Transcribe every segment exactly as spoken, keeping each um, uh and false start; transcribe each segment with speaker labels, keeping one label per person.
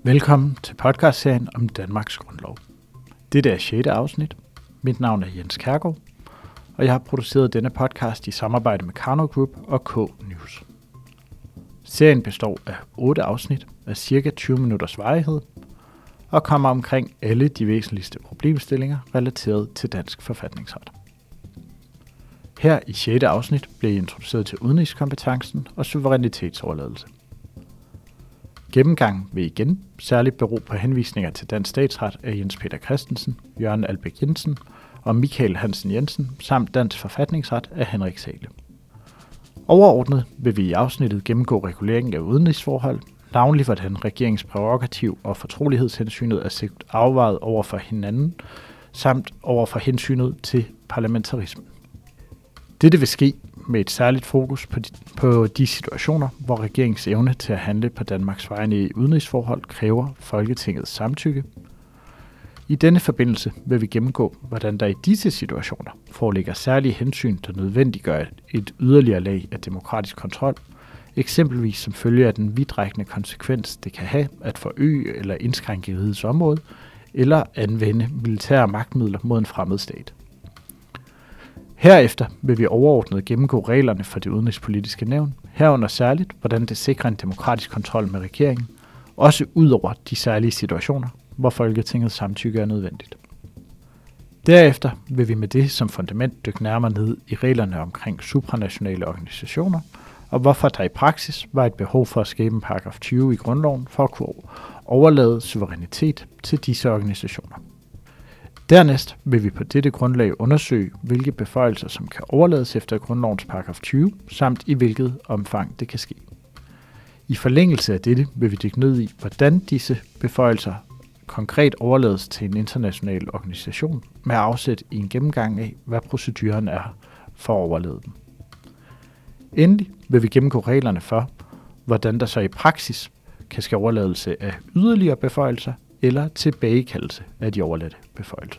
Speaker 1: Velkommen til podcastserien om Danmarks Grundlov. Dette er sjette afsnit. Mit navn er Jens Kærgaard, og jeg har produceret denne podcast i samarbejde med Karnov Group og K News. Serien består af otte afsnit af cirka tyve minutters varighed og kommer omkring alle de væsentligste problemstillinger relateret til dansk forfatningsret. Her i sjette afsnit bliver I introduceret til udenrigskompetencen og suverænitetsoverladelse. Gennemgangen vil igen særligt bero på henvisninger til dansk statsret af Jens Peter Christensen, Jørgen Albæk Jensen og Michael Hansen Jensen samt dansk forfatningsret af Henrik Zahle. Overordnet vil vi i afsnittet gennemgå reguleringen af udenrigsforhold, navnlig hvordan regeringens prærogativ og fortrolighedshensynet er sigt afvejet over for hinanden, samt over for hensynet til parlamentarismen. Dette vil ske med et særligt fokus på de, på de situationer, hvor regeringens evne til at handle på Danmarks vegne i udenrigsforhold kræver Folketingets samtykke. I denne forbindelse vil vi gennemgå, hvordan der i disse situationer foreligger særlige hensyn, der nødvendiggør et yderligere lag af demokratisk kontrol, eksempelvis som følge af den vidtrækkende konsekvens, det kan have at forøge eller indskrænke rigets område, eller anvende militære magtmidler mod en fremmed stat. Herefter vil vi overordnet gennemgå reglerne for det udenrigspolitiske nævn, herunder særligt, hvordan det sikrer en demokratisk kontrol med regeringen, også ud over de særlige situationer, hvor Folketingets samtykke er nødvendigt. Derefter vil vi med det som fundament dykke nærmere ned i reglerne omkring supranationale organisationer, og hvorfor der i praksis var et behov for at skabe en paragraf tyve i grundloven for at kunne overlade suverænitet til disse organisationer. Dernæst vil vi på dette grundlag undersøge, hvilke beføjelser som kan overlades efter grundlovens paragraf tyve, samt i hvilket omfang det kan ske. I forlængelse af dette vil vi dykke ned i, hvordan disse beføjelser konkret overlades til en international organisation med afsæt i en gennemgang af, hvad proceduren er for at overlade dem. Endelig vil vi gennemgå reglerne for, hvordan der så i praksis kan ske overladelse af yderligere beføjelser eller tilbagekaldelse af de overladte beføjelser.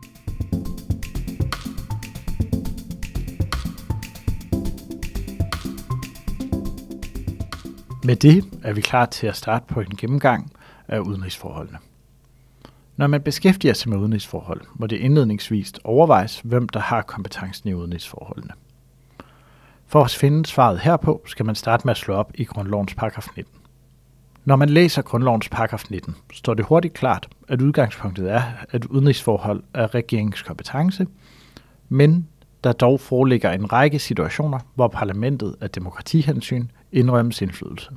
Speaker 1: Med det er vi klar til at starte på en gennemgang af udenrigsforholdene. Når man beskæftiger sig med udenrigsforhold, må det indledningsvis overvejes, hvem der har kompetencen i udenrigsforholdene. For at finde svaret herpå, skal man starte med at slå op i grundlovens paragraf nitten. Når man læser grundlovens paragraf nitten, står det hurtigt klart, at udgangspunktet er, at udenrigsforhold er regeringens kompetence, men der dog foreligger en række situationer, hvor parlamentet af demokratihensyn indrømmes indflydelse.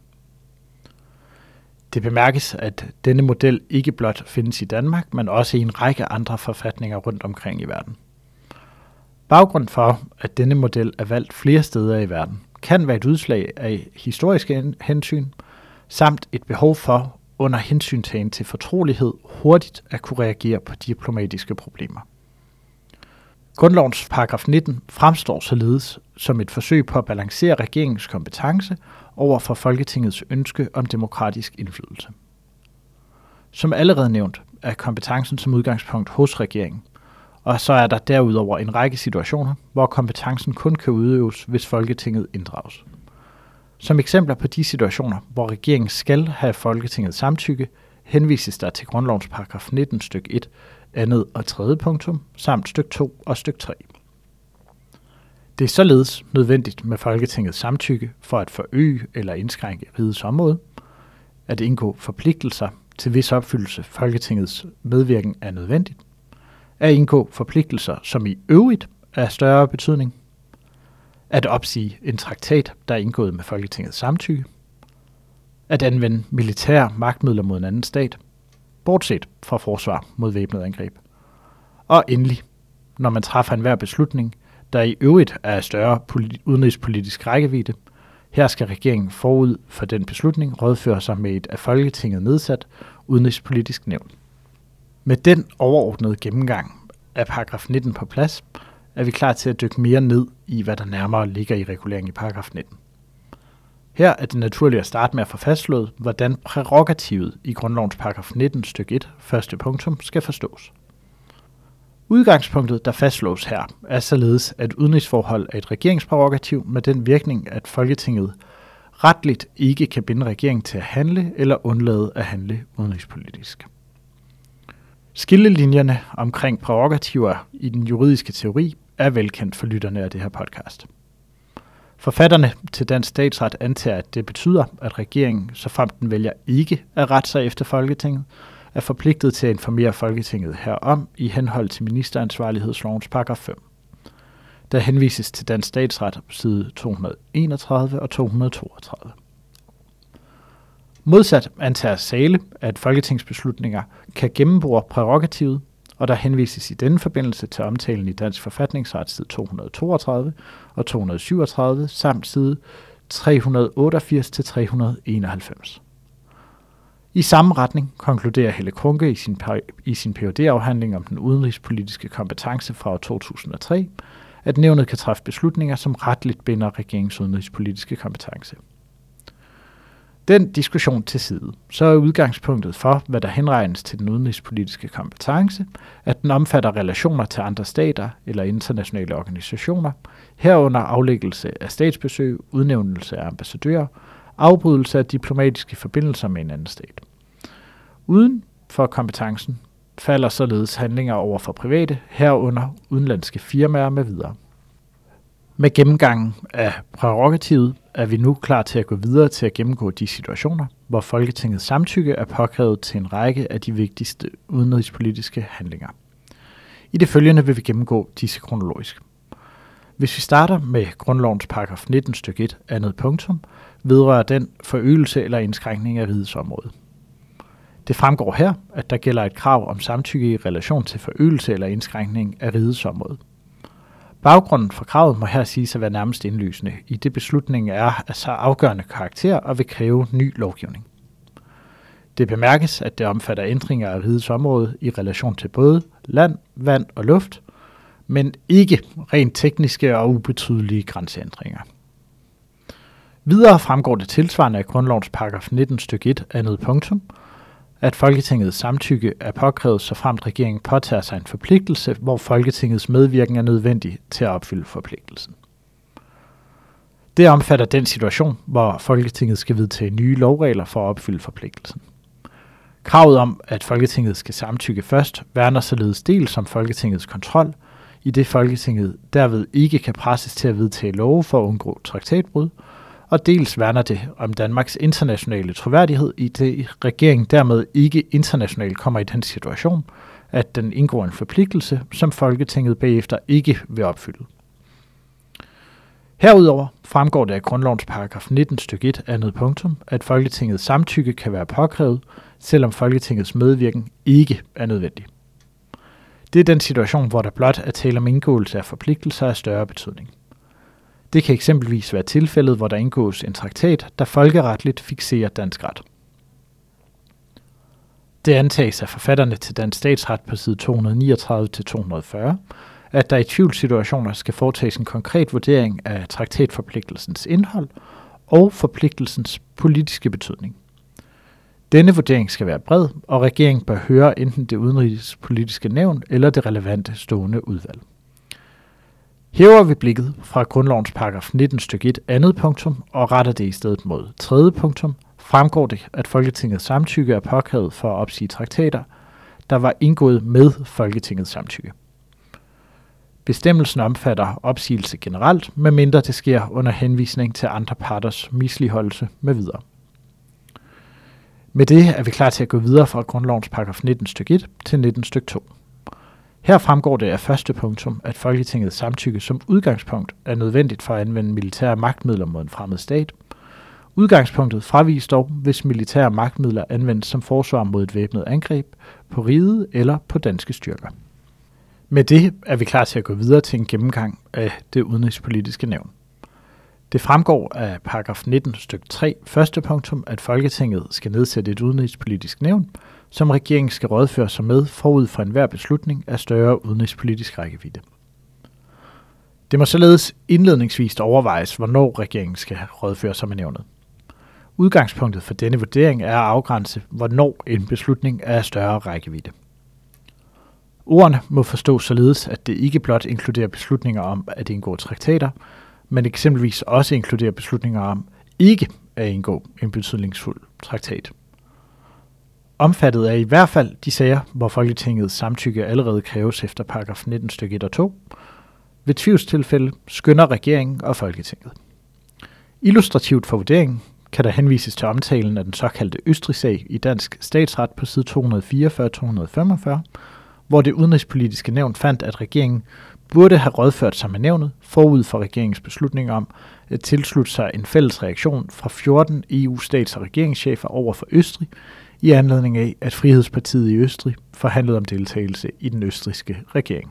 Speaker 1: Det bemærkes, at denne model ikke blot findes i Danmark, men også i en række andre forfatninger rundt omkring i verden. Baggrunden for, at denne model er valgt flere steder i verden, kan være et udslag af historiske hensyn, samt et behov for, under hensyntagen til fortrolighed, hurtigt at kunne reagere på diplomatiske problemer. Grundlovens paragraf nitten fremstår således som et forsøg på at balancere regeringens kompetence over for Folketingets ønske om demokratisk indflydelse. Som allerede nævnt er kompetencen som udgangspunkt hos regeringen, og så er der derudover en række situationer, hvor kompetencen kun kan udøves, hvis Folketinget inddrages. Som eksempler på de situationer, hvor regeringen skal have Folketingets samtykke, henvises der til grundlovens paragraf nitten stykke et, andet og tredje punktum, samt stykke to og stykke tre. Det er således nødvendigt med Folketingets samtykke for at forøge eller indskrænke rigets område, at indgå forpligtelser til vis opfyldelse Folketingets medvirken er nødvendigt, at indgå forpligtelser, som i øvrigt er større betydning, at opsige en traktat, der er indgået med Folketingets samtykke, at anvende militære magtmidler mod en anden stat, bortset fra forsvar mod væbnet angreb. Og endelig, når man træffer enhver beslutning, der i øvrigt er af større politi- udenrigspolitisk rækkevidde, her skal regeringen forud for den beslutning rådføre sig med et af Folketinget nedsat udenrigspolitisk nævn. Med den overordnede gennemgang af paragraf nitten på plads, er vi klar til at dykke mere ned i, hvad der nærmere ligger i reguleringen i paragraf nitten. Her er det naturligt at starte med at få fastslået, hvordan prærogativet i grundlovens paragraf nitten stykke et, første punktum, skal forstås. Udgangspunktet, der fastslås her, er således, at udenrigsforhold er et regeringsprærogativ med den virkning, at Folketinget retligt ikke kan binde regeringen til at handle eller undlade at handle udenrigspolitisk. Skillelinjerne omkring prærogativer i den juridiske teori er velkendt for lytterne af det her podcast. Forfatterne til dansk statsret antager, at det betyder, at regeringen, såfremt den vælger ikke at rette sig efter Folketinget, er forpligtet til at informere Folketinget herom i henhold til ministeransvarlighedslovens paragraf fem. Der henvises til dansk statsret på side to hundrede og enogtredive og to hundrede og toogtredive. Modsat antager Zahle, at folketingsbeslutninger kan gennembore prærogativet, og der henvises i denne forbindelse til omtalen i Dansk Forfatningsret side to hundrede og toogtredive og to hundrede og syvogtredive samt side tre hundrede og otteogfirs til tre hundrede og enoghalvfems. I samme retning konkluderer Helle Krunke i sin, i sin P H D-afhandling om den udenrigspolitiske kompetence fra år to tusind og tre, at nævnet kan træffe beslutninger, som retligt binder regeringens udenrigspolitiske kompetence. Den diskussion til side, så er udgangspunktet for, hvad der henregnes til den udenrigspolitiske kompetence, at den omfatter relationer til andre stater eller internationale organisationer, herunder aflæggelse af statsbesøg, udnævnelse af ambassadører, afbrydelse af diplomatiske forbindelser med en anden stat. Uden for kompetencen falder således handlinger over for private, herunder udenlandske firmaer med videre. Med gennemgangen af prærogativet er vi nu klar til at gå videre til at gennemgå de situationer, hvor Folketingets samtykke er påkrævet til en række af de vigtigste udenrigspolitiske handlinger. I det følgende vil vi gennemgå disse kronologisk. Hvis vi starter med grundlovens paragraf nitten stykke et andet punktum, vedrører den forøgelse eller indskrænkning af rigets område. Det fremgår her, at der gælder et krav om samtykke i relation til forøgelse eller indskrænkning af rigets område. Baggrunden for kravet må her siges at være nærmest indlysende, i det beslutningen er af så afgørende karakter og vil kræve ny lovgivning. Det bemærkes, at det omfatter ændringer af rigets område i relation til både land, vand og luft, men ikke rent tekniske og ubetydelige grænseændringer. Videre fremgår det tilsvarende af grundlovens paragraf nitten stykke et andet punktum, at Folketingets samtykke er påkrævet, såfremt regeringen påtager sig en forpligtelse, hvor Folketingets medvirken er nødvendig til at opfylde forpligtelsen. Det omfatter den situation, hvor Folketinget skal vedtage nye lovregler for at opfylde forpligtelsen. Kravet om, at Folketinget skal samtykke først, værner således dels om Folketingets kontrol, i det Folketinget derved ikke kan presses til at vedtage love for at undgå traktatbrud, og dels værner det om Danmarks internationale troværdighed, i det regeringen dermed ikke internationalt kommer i den situation, at den indgår en forpligtelse, som Folketinget bagefter ikke vil opfylde. Herudover fremgår det af grundlovens paragraf nitten stykke et andet punktum, at Folketingets samtykke kan være påkrævet, selvom Folketingets medvirken ikke er nødvendig. Det er den situation, hvor der blot er tale om indgåelse af forpligtelser af større betydning. Det kan eksempelvis være tilfældet, hvor der indgås en traktat, der folkeretligt fikserer dansk ret. Det antages af forfatterne til dansk statsret på side to hundrede og niogtredive til to hundrede og fyrre, at der i tvivlssituationer skal foretages en konkret vurdering af traktatforpligtelsens indhold og forpligtelsens politiske betydning. Denne vurdering skal være bred, og regeringen bør høre enten det udenrigspolitiske nævn eller det relevante stående udvalg. Hæver vi blikket fra grundlovens paragraf nitten stykke et andet punktum og retter det i stedet mod tredje punktum, fremgår det, at Folketingets samtykke er påkrævet for at opsige traktater, der var indgået med Folketingets samtykke. Bestemmelsen omfatter opsigelse generelt, medmindre det sker under henvisning til andre parters misligholdelse med videre. Med det er vi klar til at gå videre fra grundlovens paragraf nitten stykke et til nitten stykke to. Her fremgår det af første punktum, at Folketingets samtykke som udgangspunkt er nødvendigt for at anvende militære magtmidler mod en fremmed stat. Udgangspunktet fraviges dog, hvis militære magtmidler anvendes som forsvar mod et væbnet angreb på riget eller på danske styrker. Med det er vi klar til at gå videre til en gennemgang af det udenrigspolitiske nævn. Det fremgår af paragraf nitten stykke tre første punktum, at Folketinget skal nedsætte et udenrigspolitisk nævn, som regeringen skal rådføre sig med forud for enhver beslutning af større udenrigspolitisk rækkevidde. Det må således indledningsvis overvejes, hvornår regeringen skal rådføre sig med nævnet. Udgangspunktet for denne vurdering er at afgrænse, hvornår en beslutning er af større rækkevidde. Ordene må forstås således, at det ikke blot inkluderer beslutninger om at indgå traktater, men eksempelvis også inkluderer beslutninger om ikke at indgå en betydningsfuld traktat. Omfattet er i hvert fald de sager, hvor Folketingets samtykke allerede kræves efter paragraf nitten stykke et og to. Ved tvivlstilfælde skønner regeringen og Folketinget. Illustrativt for vurderingen kan der henvises til omtalen af den såkaldte Østrig-sag i dansk statsret på side to hundrede fireogfyrre til to hundrede femogfyrre, hvor det udenrigspolitiske nævn fandt, at regeringen burde have rådført sig med nævnet forud for regeringens beslutning om at tilslutte sig en fælles reaktion fra fjorten E U stats- og regeringschefer over for Østrig, i anledning af, at Frihedspartiet i Østrig forhandlede om deltagelse i den østrigske regering.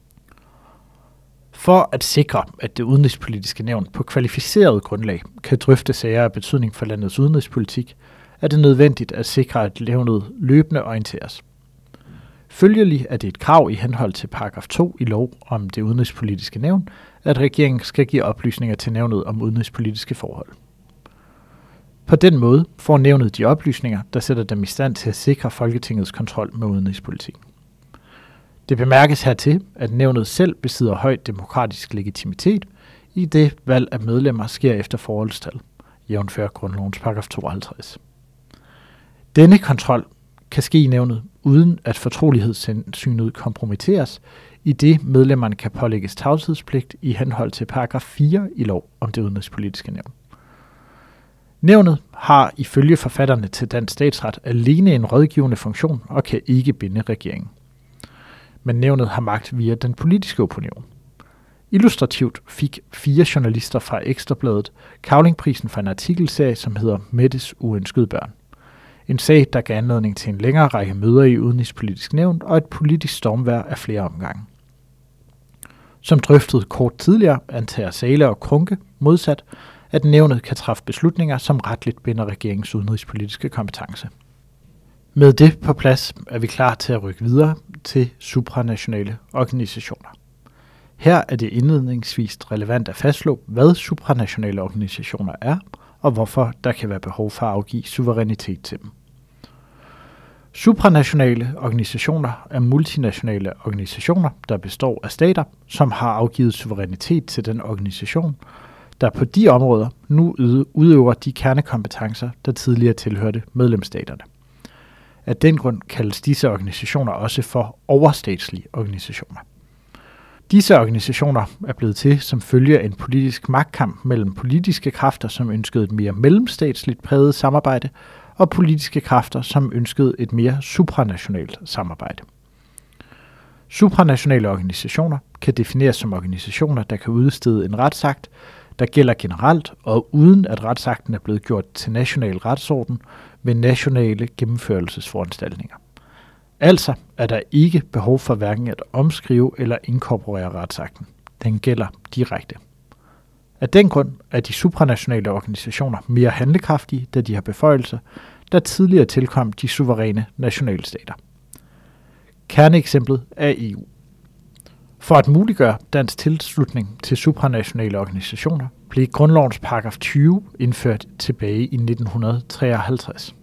Speaker 1: For at sikre, at det udenrigspolitiske nævn på kvalificeret grundlag kan drøfte sager af betydning for landets udenrigspolitik, er det nødvendigt at sikre, at nævnet løbende orienteres. Følgelig er det et krav i henhold til paragraf to i lov om det udenrigspolitiske nævn, at regeringen skal give oplysninger til nævnet om udenrigspolitiske forhold. På den måde får nævnet de oplysninger, der sætter dem i stand til at sikre Folketingets kontrol med udenrigspolitik. Det bemærkes hertil, at nævnet selv besidder høj demokratisk legitimitet, i det valg af medlemmer sker efter forholdstal, jævnfør grundlovens paragraf tooghalvtreds. Denne kontrol kan ske i nævnet, uden at fortrolighedshensynet kompromitteres, i det medlemmerne kan pålægges tavshedspligt i henhold til paragraf fire i lov om det udenrigspolitiske nævn. Nævnet har ifølge forfatterne til dansk statsret alene en rådgivende funktion og kan ikke binde regeringen. Men nævnet har magt via den politiske opinion. Illustrativt fik fire journalister fra Ekstrabladet Cavlingprisen for en artikelserie, som hedder Mettes uønskede børn. En sag, der gav anledning til en længere række møder i udenrigspolitisk nævn og et politisk stormvejr af flere omgange. Som drøftet kort tidligere, antager Zahle og Krunke modsat, at nævnet kan træffe beslutninger, som retligt binder regeringens udenrigspolitiske kompetence. Med det på plads er vi klar til at rykke videre til supranationale organisationer. Her er det indledningsvis relevant at fastslå, hvad supranationale organisationer er, og hvorfor der kan være behov for at afgive suverænitet til dem. Supranationale organisationer er multinationale organisationer, der består af stater, som har afgivet suverænitet til den organisation, der på de områder nu udøver de kernekompetencer, der tidligere tilhørte medlemsstaterne. Af den grund kaldes disse organisationer også for overstatslige organisationer. Disse organisationer er blevet til som følge af en politisk magtkamp mellem politiske kræfter, som ønskede et mere mellemstatsligt præget samarbejde, og politiske kræfter, som ønskede et mere supranationalt samarbejde. Supranationale organisationer kan defineres som organisationer, der kan udstede en retsakt, der gælder generelt, og uden at retsakten er blevet gjort til national retsorden ved nationale gennemførelsesforanstaltninger. Altså er der ikke behov for hverken at omskrive eller inkorporere retsakten. Den gælder direkte. Af den grund er de supranationale organisationer mere handlekraftige, da de har beføjelser, der tidligere tilkom de suveræne nationalstater. Kerneeksemplet er E U. For at muliggøre dansk tilslutning til supranationale organisationer, blev grundlovens paragraf tyve indført tilbage i nitten treoghalvtreds.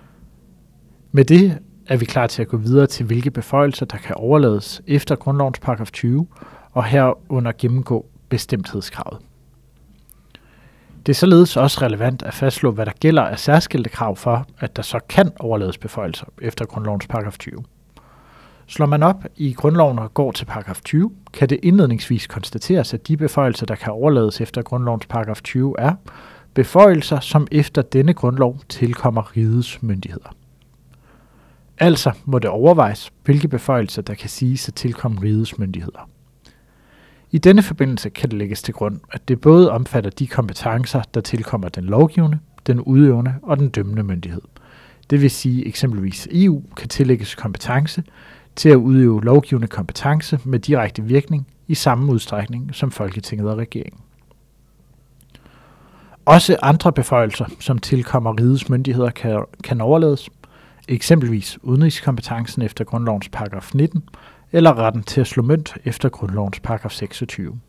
Speaker 1: Med det er vi klar til at gå videre til, hvilke beføjelser, der kan overlades efter grundlovens paragraf tyve, og herunder gennemgå bestemthedskravet. Det er således også relevant at fastslå, hvad der gælder af særskilte krav for, at der så kan overlades beføjelser efter grundlovens paragraf tyve. Slår man op i grundloven og går til paragraf tyve, kan det indledningsvis konstateres, at de beføjelser, der kan overlades efter grundlovens paragraf tyve, er beføjelser, som efter denne grundlov tilkommer rigets myndigheder. Altså må det overvejes, hvilke beføjelser, der kan siges at tilkomme rigets myndigheder. I denne forbindelse kan det lægges til grund, at det både omfatter de kompetencer, der tilkommer den lovgivende, den udøvende og den dømmende myndighed. Det vil sige eksempelvis E U kan tillægges kompetence til at udøve lovgivende kompetence med direkte virkning i samme udstrækning som Folketinget og regeringen. Også andre beføjelser, som tilkommer rigets myndigheder, kan, kan overlades, eksempelvis udenrigskompetencen efter grundlovens paragraf nitten, eller retten til at slå mønt efter grundlovens paragraf seksogtyve.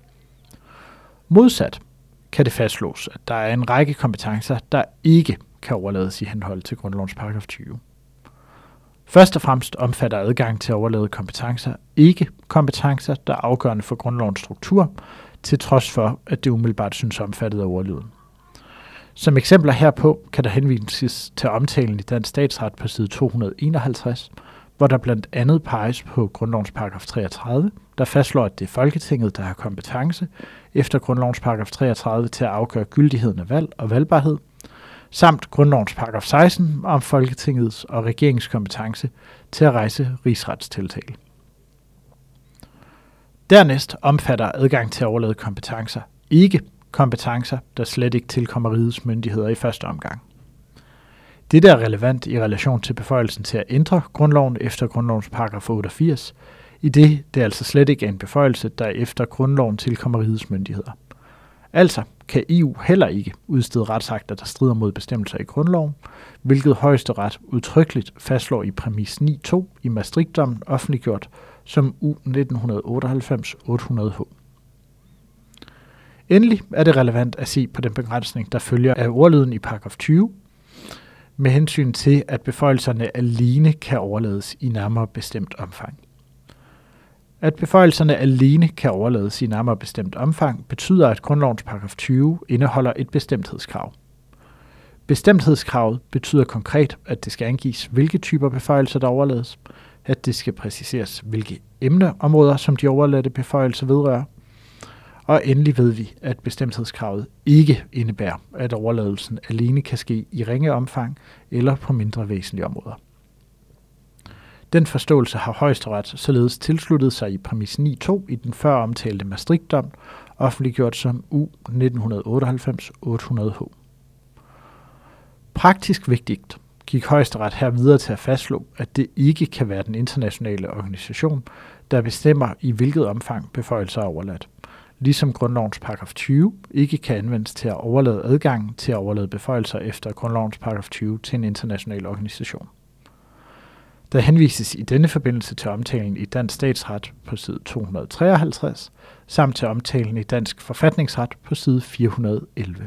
Speaker 1: Modsat kan det fastslås, at der er en række kompetencer, der ikke kan overlades i henhold til grundlovens paragraf tyve. Først og fremmest omfatter adgang til at overlade kompetencer ikke kompetencer, der er afgørende for grundlovens struktur, til trods for, at det umiddelbart synes omfattet af ordlyden. Som eksempler herpå kan der henvises til omtalen i Dansk Statsret på side to hundrede og enoghalvtreds, hvor der blandt andet peges på grundlovens paragraf treogtredive, der fastslår, at det er Folketinget, der har kompetence efter grundlovens paragraf treogtredive til at afgøre gyldigheden af valg og valgbarhed, samt grundlovens paragraf seksten om Folketingets og regeringens kompetence til at rejse rigsretstiltale. Dernæst omfatter adgang til at overlade kompetencer ikke kompetencer, der slet ikke tilkommer rigets myndigheder i første omgang. Dette er relevant i relation til beføjelsen til at ændre grundloven efter grundlovens paragraf otteogfirs, i det det altså slet ikke er en beføjelse, der efter grundloven tilkommer rigets myndigheder. Altså kan E U heller ikke udstede retsakter, der strider mod bestemmelser i grundloven, hvilket Højesteret udtrykkeligt fastslår i præmis ni punkt to i Maastricht-dommen offentliggjort som U nitten otteoghalvfems otte hundrede H. Endelig er det relevant at se på den begrænsning, der følger af ordlyden i paragraf tyve, med hensyn til, at beføjelserne alene kan overlades i nærmere bestemt omfang. At beføjelserne alene kan overlades i nærmere bestemt omfang, betyder, at grundlovens paragraf tyve indeholder et bestemthedskrav. Bestemthedskravet betyder konkret, at det skal angives, hvilke typer beføjelser der overlades, at det skal præciseres, hvilke emneområder, som de overladte beføjelser vedrører, og endelig ved vi, at bestemthedskravet ikke indebærer, at overladelsen alene kan ske i ringe omfang eller på mindre væsentlige områder. Den forståelse har Højesteret således tilsluttet sig i præmis ni punkt to i den før omtalte Maastricht-dom, offentliggjort som U nitten otteoghalvfems otte hundrede H. Praktisk vigtigt gik Højesteret her videre til at fastslå, at det ikke kan være den internationale organisation, der bestemmer i hvilket omfang beføjelser er overladt, ligesom grundlovens paragraf tyve ikke kan anvendes til at overlade adgangen til at overlade beføjelser efter grundlovens paragraf tyve til en international organisation. Der henvises i denne forbindelse til omtalen i Dansk Statsret på side to hundrede og treoghalvtreds, samt til omtalen i Dansk Forfatningsret på side fire hundrede og elleve.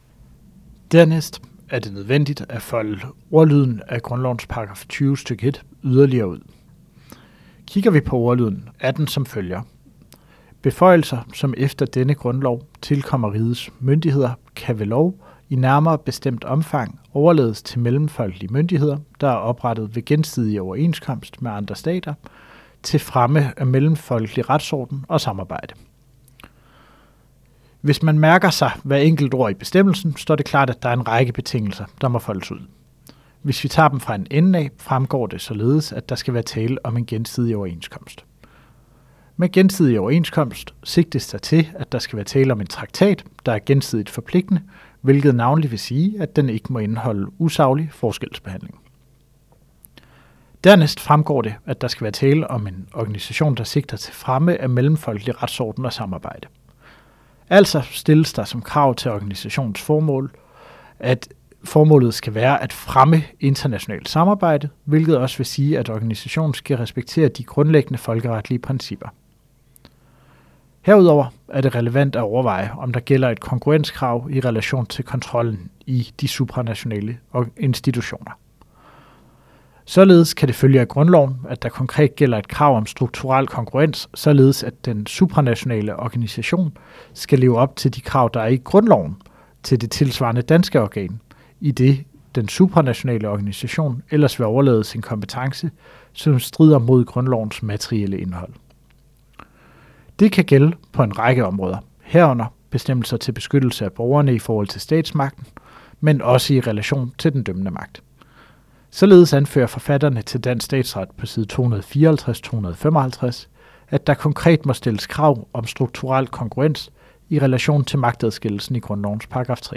Speaker 1: Dernæst er det nødvendigt at folde ordlyden af grundlovens paragraf tyve stykke et yderligere ud. Kigger vi på ordlyden, er den som følger. Beføjelser, som efter denne grundlov tilkommer rigets myndigheder, kan ved lov i nærmere bestemt omfang overlades til mellemfolkelige myndigheder, der er oprettet ved gensidig overenskomst med andre stater, til fremme af mellemfolkelig retsorden og samarbejde. Hvis man mærker sig hver enkelt ord i bestemmelsen, står det klart, at der er en række betingelser, der må foldes ud. Hvis vi tager dem fra en ende af, fremgår det således, at der skal være tale om en gensidig overenskomst. Med gensidig overenskomst sigtes der til, at der skal være tale om en traktat, der er gensidigt forpligtende, hvilket navnlig vil sige, at den ikke må indeholde usaglig forskelsbehandling. Dernæst fremgår det, at der skal være tale om en organisation, der sigter til fremme af mellemfolkelig retsorden og samarbejde. Altså stilles der som krav til organisationens formål, at formålet skal være at fremme internationalt samarbejde, hvilket også vil sige, at organisationen skal respektere de grundlæggende folkeretlige principper. Herudover er det relevant at overveje, om der gælder et konkurrenskrav i relation til kontrollen i de supranationale institutioner. Således kan det følge af grundloven, at der konkret gælder et krav om strukturel konkurrens, således at den supranationale organisation skal leve op til de krav, der er i grundloven til det tilsvarende danske organ, i det den supranationale organisation ellers vil overlade sin kompetence, som strider mod grundlovens materielle indhold. Det kan gælde på en række områder, herunder bestemmelser til beskyttelse af borgerne i forhold til statsmagten, men også i relation til den dømmende magt. Således anfører forfatterne til Dansk Statsret på side to hundrede og fireoghalvtreds til to hundrede og femoghalvtreds, at der konkret må stilles krav om strukturel konkurrens i relation til magtadskillelsen i grundlovens paragraf tre.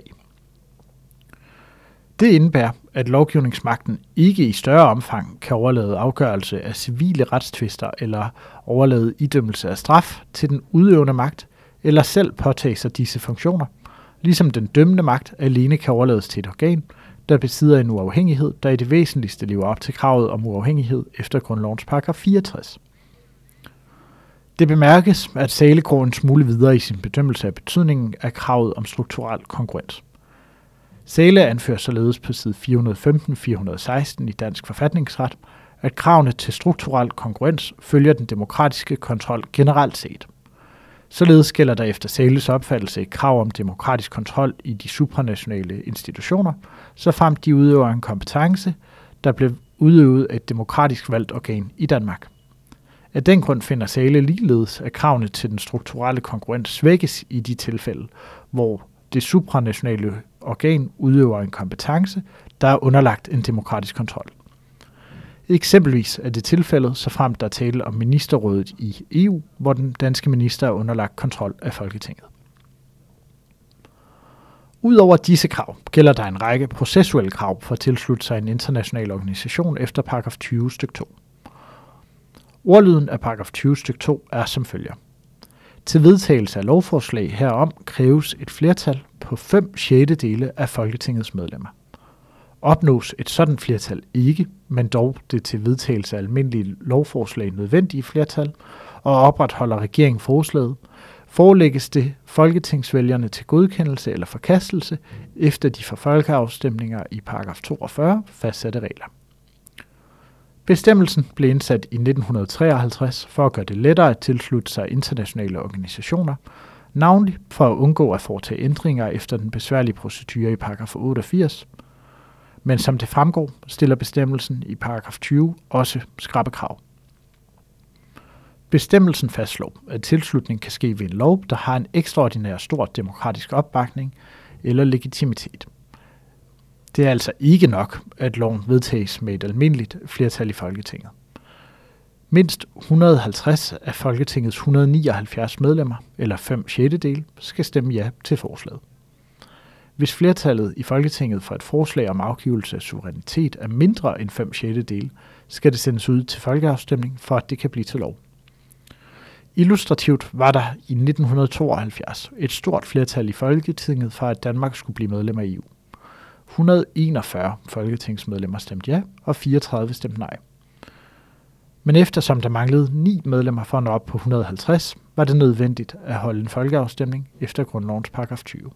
Speaker 1: Det indebærer, at lovgivningsmagten ikke i større omfang kan overlade afgørelse af civile retstvister eller overlade idømmelse af straf til den udøvende magt eller selv påtage sig disse funktioner, ligesom den dømmende magt alene kan overlades til et organ, der besidder en uafhængighed, der i det væsentligste lever op til kravet om uafhængighed efter grundlovens paragraf fireogtres. Det bemærkes, at Zahle går en smule videre i sin bedømmelse af betydningen af kravet om strukturel konkurrens. Zahle anfører således på side fire hundrede og femten til fire hundrede og seksten i Dansk Forfatningsret, at kravene til strukturel konkurrens følger den demokratiske kontrol generelt set. Således gælder der efter Zahles opfattelse et krav om demokratisk kontrol i de supranationale institutioner, såfremt de udøver en kompetence, der blev udøvet af et demokratisk valgt organ i Danmark. Af den grund finder Zahle ligeledes, at kravene til den strukturelle konkurrens svækkes i de tilfælde, hvor det supranationale organ udøver en kompetence, der er underlagt en demokratisk kontrol. Eksempelvis er det tilfældet, såfremt der er tale om ministerrådet i E U, hvor den danske minister er underlagt kontrol af Folketinget. Udover disse krav gælder der en række processuelle krav for at tilslutte sig en international organisation efter paragraf tyve stykke to. Ordlyden af paragraf tyve stykke to er som følger. Til vedtagelse af lovforslag herom kræves et flertal på fem sjettedele af Folketingets medlemmer. Opnås et sådan flertal ikke, men dog det til vedtagelse af almindelige lovforslag nødvendige flertal, og opretholder regeringen forslaget, forelægges det folketingsvælgerne til godkendelse eller forkastelse efter de for folkeafstemninger i paragraf toogfyrre fastsatte regler. Bestemmelsen blev indsat i nitten treoghalvtreds for at gøre det lettere at tilslutte sig internationale organisationer, navnlig for at undgå at foretage ændringer efter den besværlige procedure i paragraf otteogfirs, men som det fremgår, stiller bestemmelsen i paragraf tyve også skrappe krav. Bestemmelsen fastslår, at tilslutning kan ske ved en lov, der har en ekstraordinær stor demokratisk opbakning eller legitimitet. Det er altså ikke nok, at loven vedtages med et almindeligt flertal i Folketinget. Mindst et hundrede og halvtreds af Folketingets et hundrede og nioghalvfjerds medlemmer, eller fem sjettedele, skal stemme ja til forslaget. Hvis flertallet i Folketinget for et forslag om afgivelse af suverænitet er mindre end fem sjettedele, skal det sendes ud til folkeafstemning, for at det kan blive til lov. Illustrativt var der i nitten tooghalvfjerds et stort flertal i Folketinget for, at Danmark skulle blive medlem af E U. et hundrede og enogfyrre folketingsmedlemmer stemte ja, og fireogtredive stemte nej. Men eftersom der manglede ni medlemmer for at nå op på et hundrede og halvtreds, var det nødvendigt at holde en folkeafstemning efter grundlovens paragraf tyve.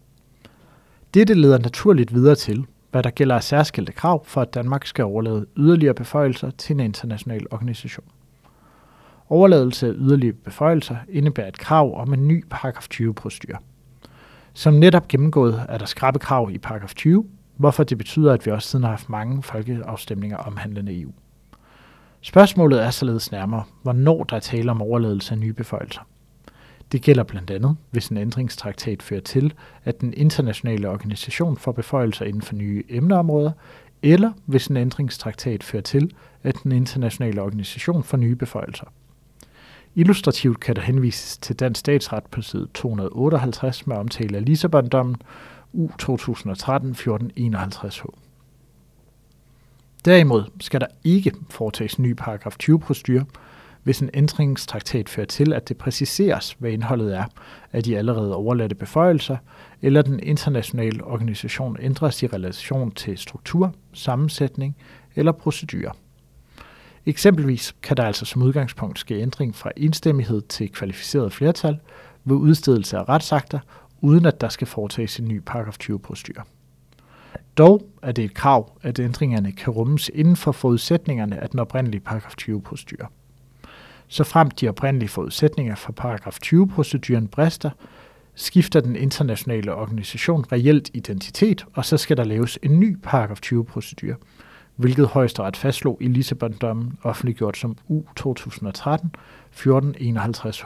Speaker 1: Dette leder naturligt videre til, hvad der gælder af særskilte krav for, at Danmark skal overlade yderligere beføjelser til en international organisation. Overladelse af yderligere beføjelser indebærer et krav om en ny paragraf tyve-procedure. Som netop gennemgået er der skrappe krav i paragraf tyve, hvorfor det betyder, at vi også siden har haft mange folkeafstemninger omhandlende E U. Spørgsmålet er således nærmere, hvornår der er tale om overladelse af nye beføjelser. Det gælder blandt andet, hvis en ændringstraktat fører til, at den internationale organisation får beføjelser inden for nye emneområder, eller hvis en ændringstraktat fører til, at den internationale organisation får nye beføjelser. Illustrativt kan der henvises til dansk statsret på side to hundrede og otteoghalvtreds med omtale af Lissabon-dommen U to tusind og tretten fjorten enoghalvtreds H. Derimod skal der ikke foretages en ny paragraf tyve-procedure, hvis en ændringstraktat fører til, at det præciseres, hvad indholdet er af de allerede overladte beføjelser, eller den internationale organisation ændres i relation til struktur, sammensætning eller procedure. Eksempelvis kan der altså som udgangspunkt ske ændring fra enstemmighed til kvalificeret flertal ved udstedelse af retsakter, uden at der skal foretages en ny paragraf tyve-procedure. Dog er det et krav, at ændringerne kan rummes inden for forudsætningerne af den oprindelige paragraf tyve-procedure. Så frem de oprindelige forudsætninger for paragraf tyve-proceduren brister, skifter den internationale organisation reelt identitet, og så skal der laves en ny paragraf tyve-procedure, hvilket Højesteret fastslog i Lissabon-dommen offentliggjort som U to tusind og tretten fjorten enoghalvtreds H.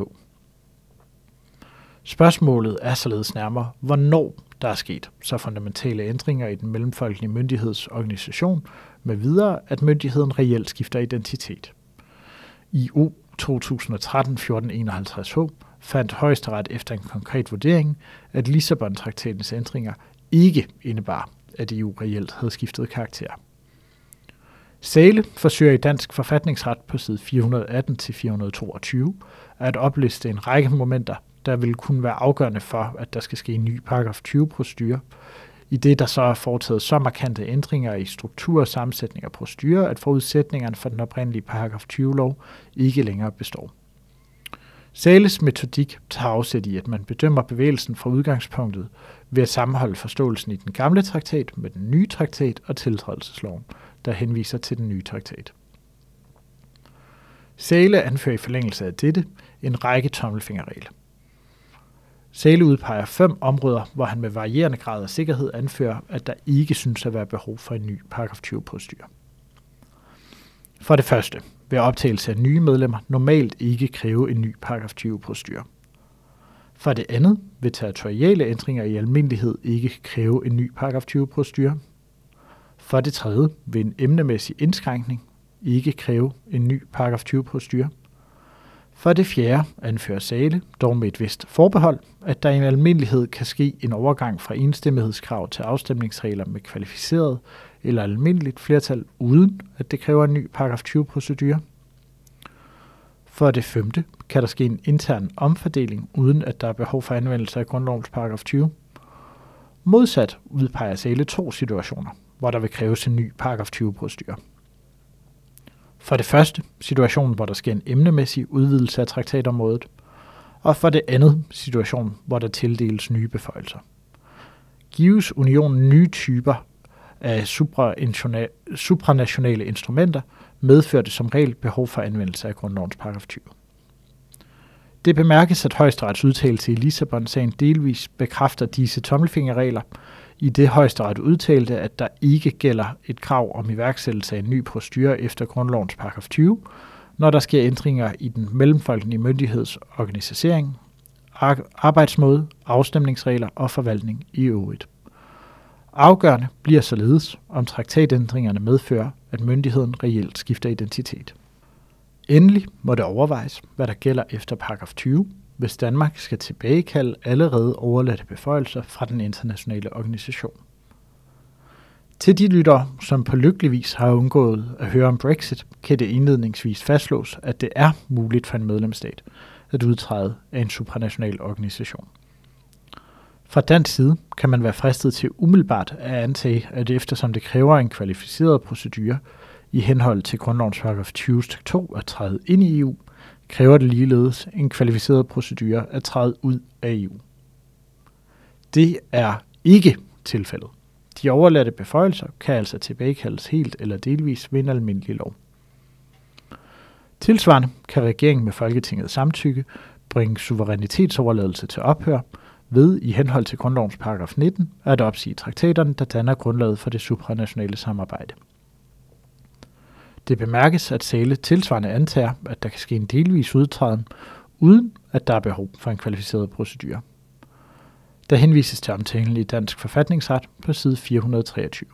Speaker 1: Spørgsmålet er således nærmere, hvornår der er sket så fundamentale ændringer i den mellemfolkelige myndighedsorganisation med videre, at myndigheden reelt skifter identitet. I U to tusind og tretten fjorten enoghalvtreds H fandt Højesteret efter en konkret vurdering, at Lissabon-traktatens ændringer ikke indebar, at E U reelt havde skiftet karakter. Zahle forsøger i Dansk Forfatningsret på side fire hundrede og atten til fire hundrede og toogtyve at opliste en række momenter, der vil kunne være afgørende for, at der skal ske en ny paragraf tyve-procedure, i det der så er foretaget så markante ændringer i struktur, sammensætning og procedure, at forudsætningerne for den oprindelige paragraf tyve-lov ikke længere består. Zahles metodik tager afsæt i, at man bedømmer bevægelsen fra udgangspunktet ved at sammenholde forståelsen i den gamle traktat med den nye traktat og tiltrædelsesloven, der henviser til den nye traktat. Zahle anfører i forlængelse af dette en række tommelfingerregler. Zahle udpeger fem områder, hvor han med varierende grad af sikkerhed anfører, at der ikke synes at være behov for en ny paragraf tyve-procedure. For det første vil optagelse af nye medlemmer normalt ikke kræve en ny paragraf tyve-procedure. For det andet vil territoriale ændringer i almindelighed ikke kræve en ny paragraf tyve-procedure. For det tredje vil en emnemæssig indskrænkning ikke kræve en ny paragraf tyve-procedure. For det fjerde anfører Zahle, dog med et vist forbehold, at der i en almindelighed kan ske en overgang fra enstemmighedskrav til afstemningsregler med kvalificeret eller almindeligt flertal, uden at det kræver en ny paragraf tyve-procedure. For det femte kan der ske en intern omfordeling, uden at der er behov for anvendelse af grundlovens paragraf tyve. Modsat udpeger Zahle to situationer, hvor der vil kræves en ny paragraf tyve-procedure. For det første situationen, hvor der sker en emnemæssig udvidelse af traktatområdet, og for det andet situation, hvor der tildeles nye beføjelser. Gives unionen nye typer af supranationale instrumenter, medfører det som regel behov for anvendelse af grundlovens paragraf tyve. Det bemærkes, at Højesterets udtalelse i Lissabon-sagen delvis bekræfter disse tommelfingerregler, i det Højesteret udtalte, at der ikke gælder et krav om iværksættelse af en ny procedure efter grundlovens paragraf tyve, når der sker ændringer i den mellemfolkelige myndigheds organisering, arbejdsmåde, afstemningsregler og forvaltning i øvrigt. Afgørende bliver således, om traktatændringerne medfører, at myndigheden reelt skifter identitet. Endelig må det overvejes, hvad der gælder efter paragraf tyve, hvis Danmark skal tilbagekalde allerede overladte beføjelser fra den internationale organisation. Til de lyttere, som på lykkelig vis har undgået at høre om Brexit, kan det indledningsvis fastslås, at det er muligt for en medlemsstat at udtræde af en supranational organisation. Fra dansk side kan man være fristet til umiddelbart at antage, at eftersom det kræver en kvalificeret procedure i henhold til grundlovens paragraf tyve stykke to at træde ind i E U, kræver det ligeledes en kvalificeret procedure at træde ud af E U. Det er ikke tilfældet. De overladte beføjelser kan altså tilbagekaldes helt eller delvis ved en almindelig lov. Tilsvarende kan regeringen med Folketingets samtykke bringe suverænitetsoverladelse til ophør ved i henhold til grundlovens paragraf nitten at opsige traktaterne, der danner grundlaget for det supranationale samarbejde. Det bemærkes, at Zahle tilsvarende antager, at der kan ske en delvis udtræden, uden at der er behov for en kvalificeret procedure. Der henvises til omtalen i Dansk Forfatningsret på side fire hundrede og treogtyve.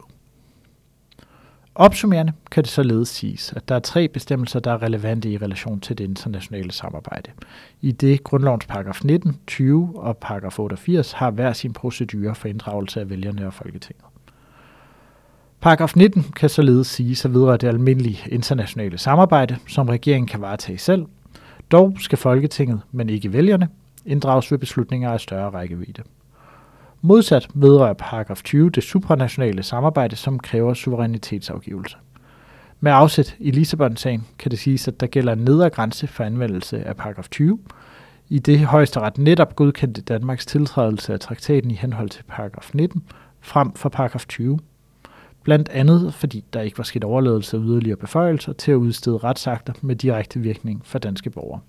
Speaker 1: Opsummerende kan det således siges, at der er tre bestemmelser, der er relevante i relation til det internationale samarbejde. I det grundlovens paragraf nitten, tyve og paragraf otteogfirs har hver sin procedure for inddragelse af vælgerne og Folketinget. Paragraf nitten kan således siges at vedrøre det almindelige internationale samarbejde, som regeringen kan varetage selv. Dog skal Folketinget, men ikke vælgerne, inddrages ved beslutninger af større rækkevidde. Modsat vedrører paragraf tyve det supranationale samarbejde, som kræver suverænitetsafgivelse. Med afsæt i Lissabon-sagen kan det siges, at der gælder en nedre grænse for anvendelse af paragraf tyve, i det Højesteret netop godkendte Danmarks tiltrædelse af traktaten i henhold til paragraf nitten frem for paragraf tyve. Blandt andet fordi der ikke var sket overladelse af yderligere beføjelser til at udstede retsakter med direkte virkning for danske borgere.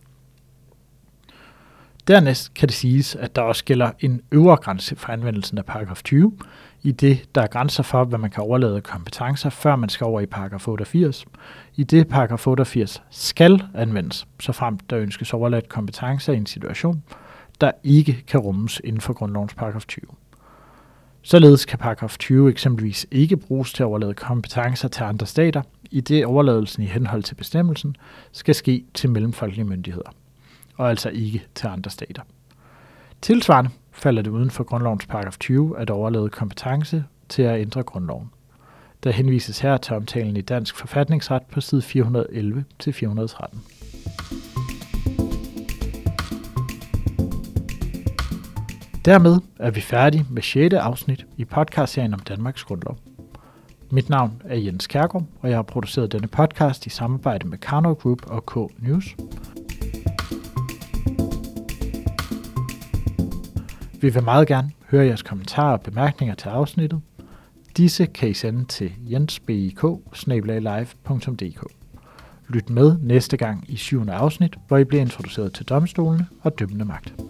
Speaker 1: Dernæst kan det siges, at der også gælder en øvre grænse for anvendelsen af paragraf tyve, i det der er grænser for, hvad man kan overlade kompetencer, før man skal over i paragraf otteogfirs. I det paragraf otteogfirs skal anvendes, såfremt der ønskes overladt kompetencer i en situation, der ikke kan rummes inden for grundlovens paragraf tyve. Således kan paragraf tyve eksempelvis ikke bruges til at overlade kompetencer til andre stater, i det overladelsen i henhold til bestemmelsen skal ske til mellemfolkelige myndigheder, og altså ikke til andre stater. Tilsvarende falder det uden for grundlovens paragraf tyve at overlade kompetence til at ændre grundloven. Der henvises her til omtalen i Dansk Forfatningsret på side fire hundrede og elleve til fire hundrede og tretten. Dermed er vi færdige med sjette afsnit i podcastserien om Danmarks Grundlov. Mit navn er Jens Kjærgaard, og jeg har produceret denne podcast i samarbejde med Karnov Group og K News. Vi vil meget gerne høre jeres kommentarer og bemærkninger til afsnittet. Disse kan I sende til jensbik snabel-a live punktum d k. Lyt med næste gang i syvende afsnit, hvor I bliver introduceret til domstolene og dømmende magt.